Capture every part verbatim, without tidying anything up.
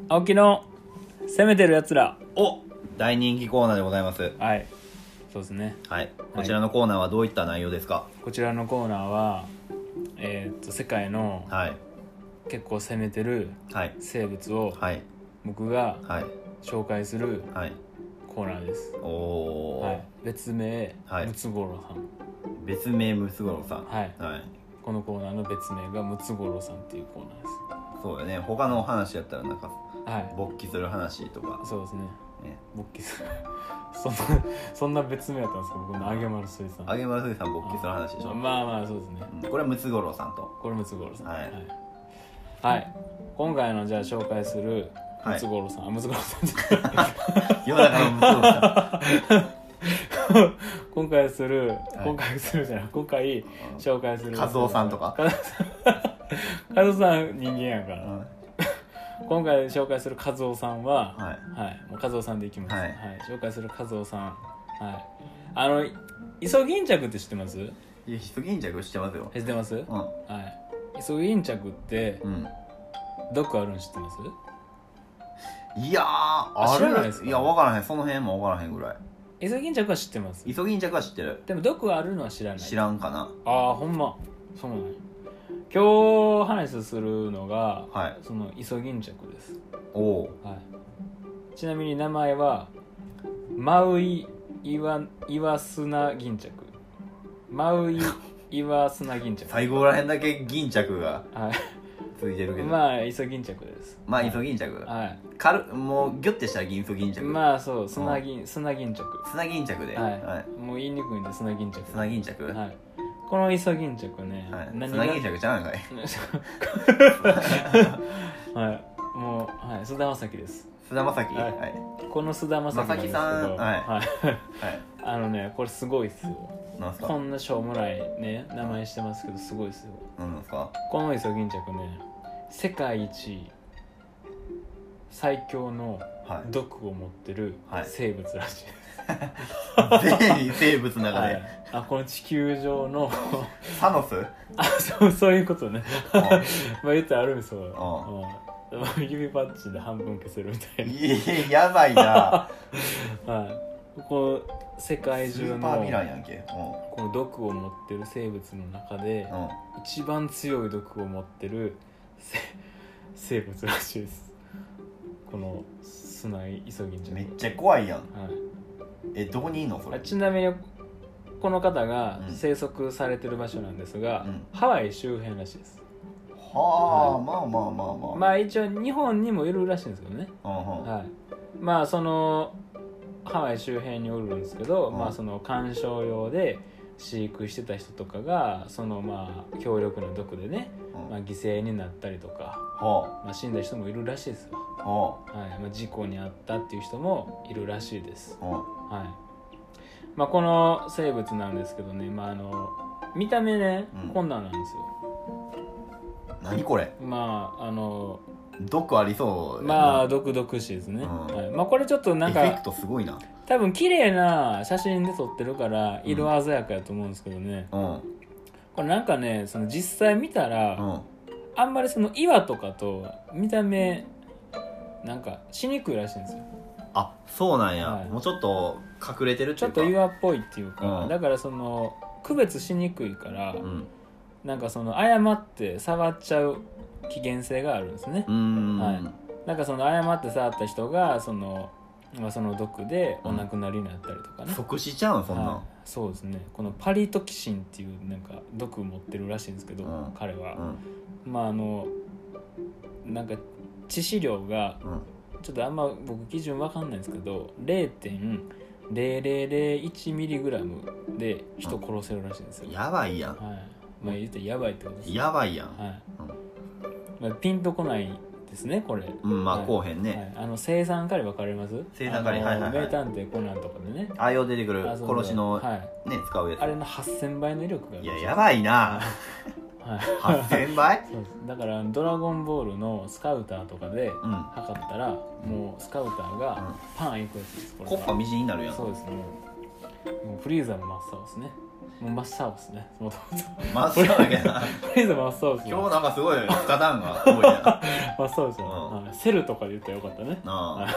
青木の攻めてるやつら。 お大人気コーナーでございます。 はい、そうですね。 はい、こちらのコーナーはどういった内容ですか？ こちらのコーナーは、えー、っと世界のはい結構攻めてるはい生物をはい僕がはい紹介するはいコーナーです。 おー、 はい、別名、 はいムツゴロウさん。 別名ムツゴロウさん。 はい、 はい、 このコーナーの別名がムツゴロウさんっていうコーナーです。 そうだね。他の話やったらなんかはい勃起する話とかそうですね。 ね。 勃起するそんなそんな別名やったんですか？僕のあげまる水さん。 あげまる水さん勃起する話でしょ。 まあまあそうですね。 うん、これはムツゴロウさんと。 これムツゴロウさん。 はいはい、はい、今回のじゃあ紹介するムツゴロウさん、はい、あムツゴロウさん世の中のムツゴロウさん今回する、 はい、 今回するじゃない今回紹介するカズオさんとかカズオさん人間やから、 うん、 今回紹介するカズオさんは、 はいはい、もうカズオさんでいきます、 はいはい、紹介するカズオさん、はい、あのイソギンチャクって知ってます？ いやイソギンチャク知ってますよ。 知ってます？ うん、 はい、イソギンチャクって、うん、毒あるの知ってます？ いやーある。 知らないですか？ いや分からへん、その辺も分からへんぐらい。 イソギンチャクは知ってます？ イソギンチャクは知ってる。 でも毒あるのは知らない。 知らんかな。 ああほんまそうなんや。今日話するのが、 はい、 そのイソギンチャクです。 おお、 はい、ちなみに名前はマウイイワイワスナギンチャク。マウイイワスナギンチャク最後らへんだけ銀着がついてるけど、 まあイソギンチャクです。 まあイソギンチャク、 はい、 軽もうギュッてしたら銀イソギンチャク。 まあそう砂銀、うん、砂銀着砂銀着で、 はいはい、もう言いにくいんで砂銀着。 砂銀着、 はい、このイソギンチャクね、 はい、砂銀着ちゃうんかいはいもうはい菅田将暉です。 菅田将暉、 はいはい、この菅田将暉なんですけど、 はい、はいはい、 あのねこれすごいっすよ。 なんすか？ こんなしょうもないね名前してますけどすごいっすよ。 なんですか？ このイソギンチャクね世界一最強の毒を持ってる生物らしいです、 はい、全生物の中で、はい、 あこの地球上のサノスあそうそういうことねまあ言ってあるんですよ。指パッチで半分消せるみたいな。 いややばいなはいこの世界中のスーパーヴィランやんけ、うん、 この毒を持ってる生物の中で、うん、一番強い毒を持ってる生物らしいです。このスナイイソギンチャク。 めっちゃ怖いやん、はい、えどこにいんのそれ？ ちなみにこの方が生息されてる場所なんですが、うん、ハワイ周辺らしいです。 はあ、はい、まあまあまあまあまあ一応日本にもいるらしいんですけどね、うんうんはい、まあそのハワイ周辺におるんですけど、うん、まあその観賞用で飼育してた人とかがそのまあ強力な毒でね、うんまあ、犠牲になったりとか、はあまあ、死んだ人もいるらしいですよ、はあはいまあ、事故に遭ったっていう人もいるらしいです、はあはいまあ、この生物なんですけどね、まあ、あの見た目ね、うん、こんなんなんですよ。 何これ？ まああの毒ありそう。 まあ毒々しいですね、うんはいまあ、これちょっとなんかエフェクトすごいな。 多分綺麗な写真で撮ってるから色鮮やかやと思うんですけどね、うん、これなんかねその実際見たら、うん、あんまりその岩とかと見た目なんかしにくいらしいんですよ。 あそうなんや、はい、もうちょっと隠れてるっていうかちょっと岩っぽいっていうか、うん、だからその区別しにくいから、うんなんかその誤って触っちゃう危険性があるんですね。うーん、はい、なんかその誤って触った人がその、まあ、その毒でお亡くなりになったりとかね、 うん、即死ちゃうんそんなん、 はい、そうですね。このパリトキシンっていうなんか毒を持ってるらしいんですけど、うん、彼は、うん、まああのなんか致死量が、うん、ちょっとあんま僕基準わかんないんですけど ゼロてんゼロゼロゼロいちミリグラム で人殺せるらしいんですよ、 うん、やばいやん、 はいまあ、言ったらやばいってことです、 ね、やばいやん、 はいうんまあ、ピンとこないですねこれ、 うんまあ、はい、こうへんね、 はい、あの生産カリ分かります？ 生産カリはいはいはい名探偵コナンとかでねああよう出てくる殺しの、はいね、使うやつあれのはっせんばいの威力がある。 いややばいな、はい、はっせんばいそうです。だからドラゴンボールのスカウターとかで測ったら、うん、もうスカウターがパンいくやつです。 コッパみじんになるやん。 そうですね。もうフリーザも真っ青ですね。 もう真っ青ですねもともと真っ青だけどなとりあえず真っ青ですね今日なんかすごい深段が多いな真っ青ですよ、うん、セルとかで言ったらよかったねあ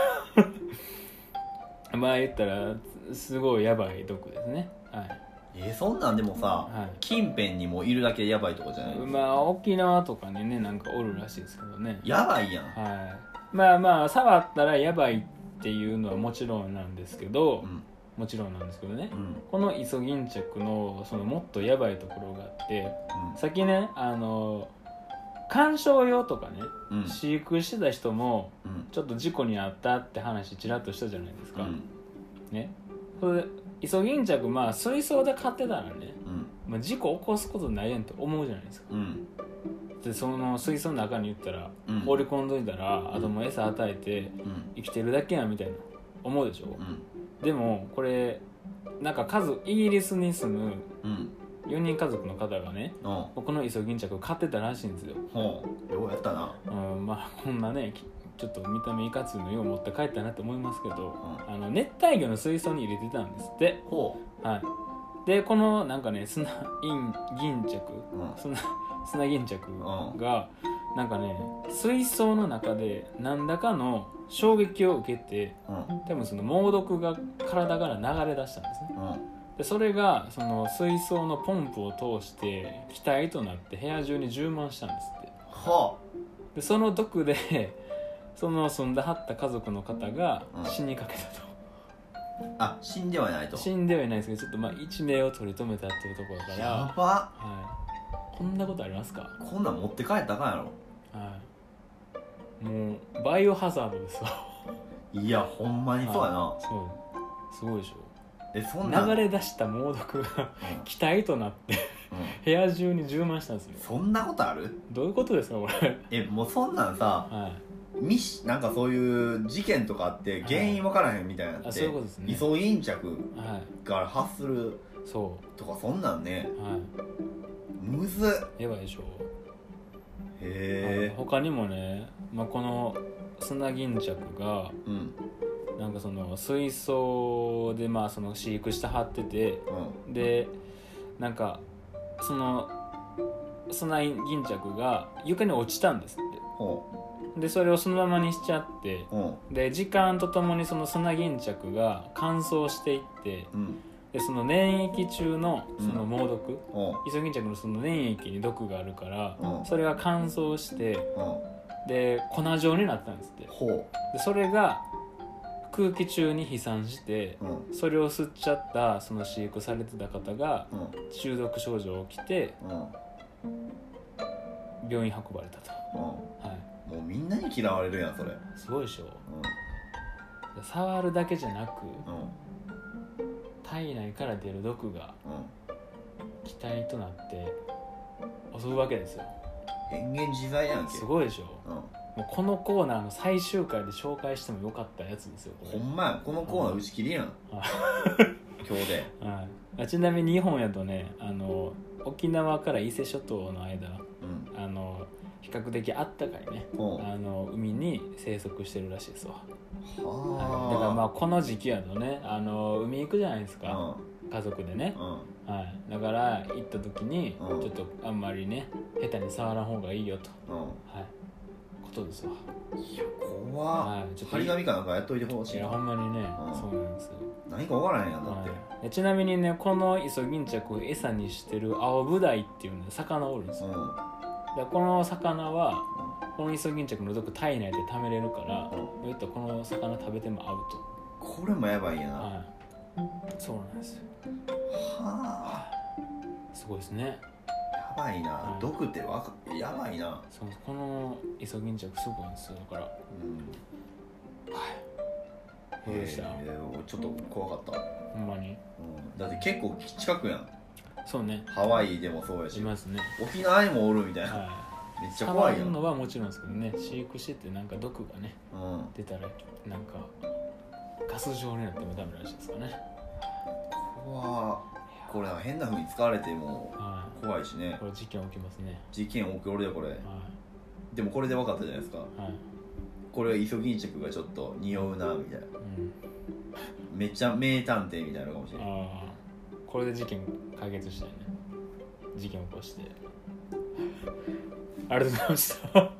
まあ言ったらすごいやばい毒ですねはいえー、そんなんでもさ、はい、近辺にもいるだけやばいとこじゃない？ まあ沖縄とかにねなんかおるらしいですけどねやばいやん、 はい、まあまあ触ったらやばいっていうのはもちろんなんですけど、うん、もちろんなんですけどね、うん、このイソギンチャクのそのもっとやばいところがあって、うん、さっきねあの観賞用とかね、うん、飼育してた人もちょっと事故に遭ったって話ちらっとしたじゃないですか、うん、ねそれでイソギンチャクまあ水槽で飼ってたらね、うんまあ、事故起こすことないやんと思うじゃないですか、うん、でその水槽の中に言ったら、うん、放り込んどいたら、うん、あともう餌与えて生きてるだけやんみたいな思うでしょ、うん、でもこれなんか家族イギリスに住むよにん家族の方がね、うん、このイソギンチャク飼ってたらしいんですよ、 うん、ようやったな、 うん、まあこんなねちょっと見た目いかついのよう持って帰ったなと思いますけど、うん、あの熱帯魚の水槽に入れてたんですってほう、はい、でこのなんかね砂銀着、うん、砂, 砂銀着が、うん、なんかね水槽の中で何らかの衝撃を受けて、うん、多分その猛毒が体から流れ出したんですね、うん、でそれがその水槽のポンプを通して気体となって部屋中に充満したんですってはあでその毒でその住んではった家族の方が死にかけたと、 うん、あ死んではないと死んではいないですけどちょっとまあ一命を取り留めたっていうところからやば、 はい、こんなことありますかこんなん持って帰ったらあかんやろ、 はい、もうバイオハザードですわいやほんまにそうやな、 はい、そうすごいでしょえそんな流れ出した猛毒が気体となって部屋中に充満したんですよ。 そんなことある？ どういうことですかこれ？ えもうそんなんさ、はい、ミシなんかそういう事件とかあって原因分からへんみたいなって、はい、 そういうことですね。 イソギンチャクから発するとかそんなんね、 はい、 むずっやばいでしょ。 へえ。 他にもね、まあ、この砂銀着が、うん、なんかその水槽でまあその飼育してはってて、うん、でなんかその砂銀着が床に落ちたんですって。でそれをそのままにしちゃって、で時間とともにその砂銀着が乾燥していって、うん、でその粘液中のその猛毒、うん、イソギンチャクのその粘液に毒があるから、うん、それが乾燥して、うん、で粉状になったんですって。でそれが空気中に飛散して、うん、それを吸っちゃったその飼育されてた方が、うん、中毒症状起きて、うん、病院運ばれたと、うんはい、 もうみんなに嫌われるやんそれ。 すごいでしょ、うん、触るだけじゃなく、うん、体内から出る毒が、うん、気体となって襲うわけですよ。 変幻自在やんけ。 すごいでしょ、うん、もうこのコーナーの最終回で紹介してもよかったやつですよ。 ほんまやこのコーナー打ち切りやん、うん、今日で、 はい、ちなみに日本やとねあの沖縄から伊勢諸島の間、うん、あの比較的あったかいね、うん、あの海に生息してるらしいですわ。は、はい、だからまあこの時期やとねあの海行くじゃないですか、うん、家族でね、うんはい、だから行った時にちょっとあんまりね下手に触らん方がいいよと、うんはい、ことですわ。 いや怖っ、はい、ちょっと張り紙かなんかやっといてほしい。 いやほんまにね、うん、そうなんですよ。 何か分からへんやんだって、 はい、ちなみにねこのイソギンチャクを餌にしてる青ブダイっていう、ね、魚おるんですよ、うん、だこの魚は、うん、このイソギンチャクの毒体内で貯めれるから、うん、言ったらこの魚食べてもアウト。 これもやばいんやな、はい、 そうなんですよ。 はあすごいですね。やばいな、はい、毒ってわかやばいな。 そうこのイソギンチャクすごいんですよだから、うん、はいどうでした？ えー、ちょっと怖かったほんまに、 うん、だって結構近くやん。 そうねハワイでもそうやしいますね。 沖縄にもおるみたいな、はい、めっちゃ怖いやん。 触るのはもちろんですけどね飼育しててなんか毒がね、うん、出たらなんかガス状になってもダメらしいですかね。 怖これは変な風に使われても怖いしね、はい、 これ事件起きますね。 事件起きるよこれ、はい、でもこれで分かったじゃないですか、はい、これはイソギンチャクがちょっと匂うなみたいな、うん、めっちゃ名探偵みたいなのかもしれない。あこれで事件解決したいね。事件起こしてありがとうございました